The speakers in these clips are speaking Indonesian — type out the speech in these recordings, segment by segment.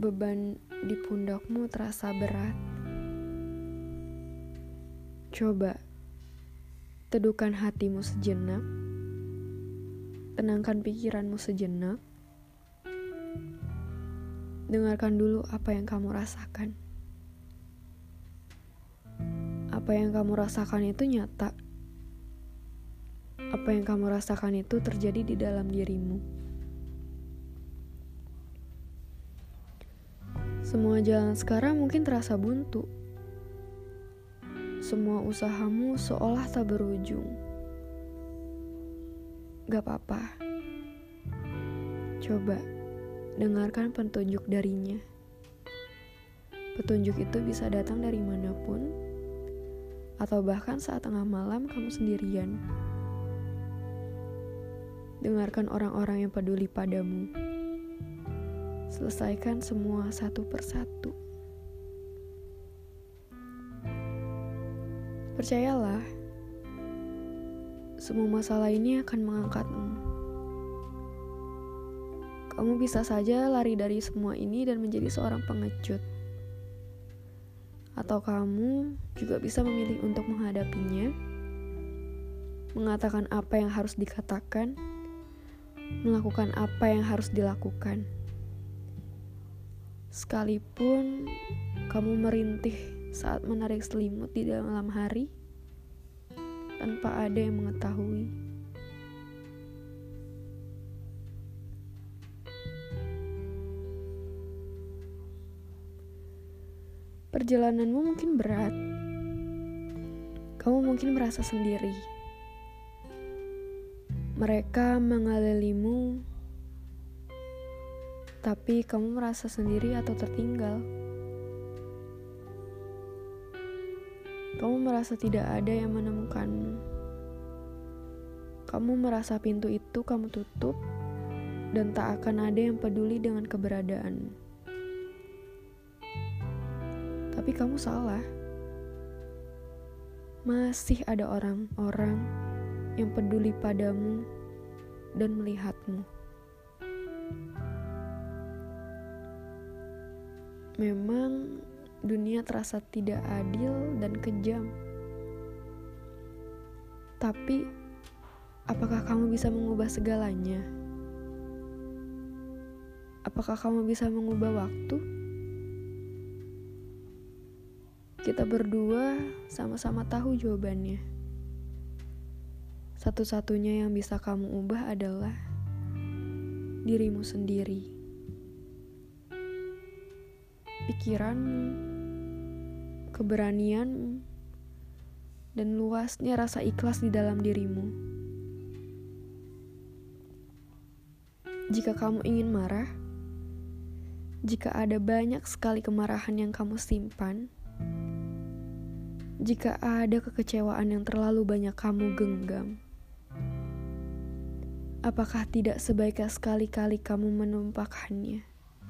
Beban di pundakmu terasa berat. Coba teduhkan hatimu sejenak, tenangkan pikiranmu sejenak. Dengarkan dulu apa yang kamu rasakan. Apa yang kamu rasakan itu nyata. Apa yang kamu rasakan itu terjadi di dalam dirimu. Semua jalan sekarang mungkin terasa buntu. Semua usahamu seolah tak berujung. Gak apa-apa. Coba dengarkan petunjuk darinya. Petunjuk itu bisa datang dari manapun, atau bahkan saat tengah malam kamu sendirian. Dengarkan orang-orang yang peduli padamu. Selesaikan semua satu persatu. Percayalah, semua masalah ini akan mengangkatmu. Kamu bisa saja lari dari semua ini dan menjadi seorang pengecut. Atau kamu juga bisa memilih untuk menghadapinya, mengatakan apa yang harus dikatakan, melakukan apa yang harus dilakukan. Sekalipun kamu merintih saat menarik selimut di dalam hari, tanpa ada yang mengetahui. Perjalananmu mungkin berat. Kamu mungkin merasa sendiri. Mereka mengelilimu, tapi kamu merasa sendiri atau tertinggal. Kamu merasa tidak ada yang menemukanmu. Kamu merasa pintu itu kamu tutup dan tak akan ada yang peduli dengan keberadaanmu. Tapi kamu salah. Masih ada orang-orang yang peduli padamu dan melihatmu. Memang dunia terasa tidak adil dan kejam. Tapi, apakah kamu bisa mengubah segalanya? Apakah kamu bisa mengubah waktu? Kita berdua sama-sama tahu jawabannya. Satu-satunya yang bisa kamu ubah adalah dirimu sendiri. Pikiranmu, keberanianmu, dan luasnya rasa ikhlas di dalam dirimu. Jika kamu ingin marah, jika ada banyak sekali kemarahan yang kamu simpan, jika ada kekecewaan yang terlalu banyak kamu genggam, apakah tidak sebaiknya sekali-kali kamu menumpahkannya?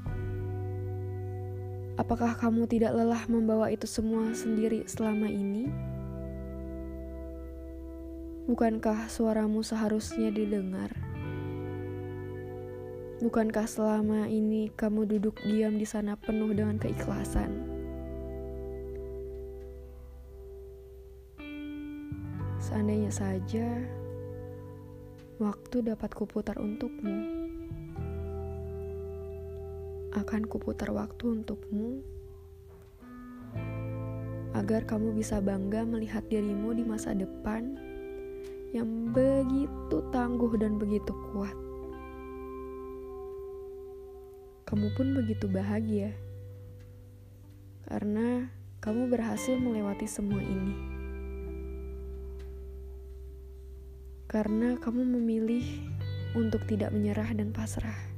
Apakah kamu tidak lelah membawa itu semua sendiri selama ini? Bukankah suaramu seharusnya didengar? Bukankah selama ini kamu duduk diam di sana penuh dengan keikhlasan? Seandainya saja waktu dapat kuputar untukmu, akan kuputar waktu untukmu agar kamu bisa bangga melihat dirimu di masa depan yang begitu tangguh dan begitu kuat. Kamu pun begitu bahagia karena kamu berhasil melewati semua ini. Karena kamu memilih untuk tidak menyerah dan pasrah.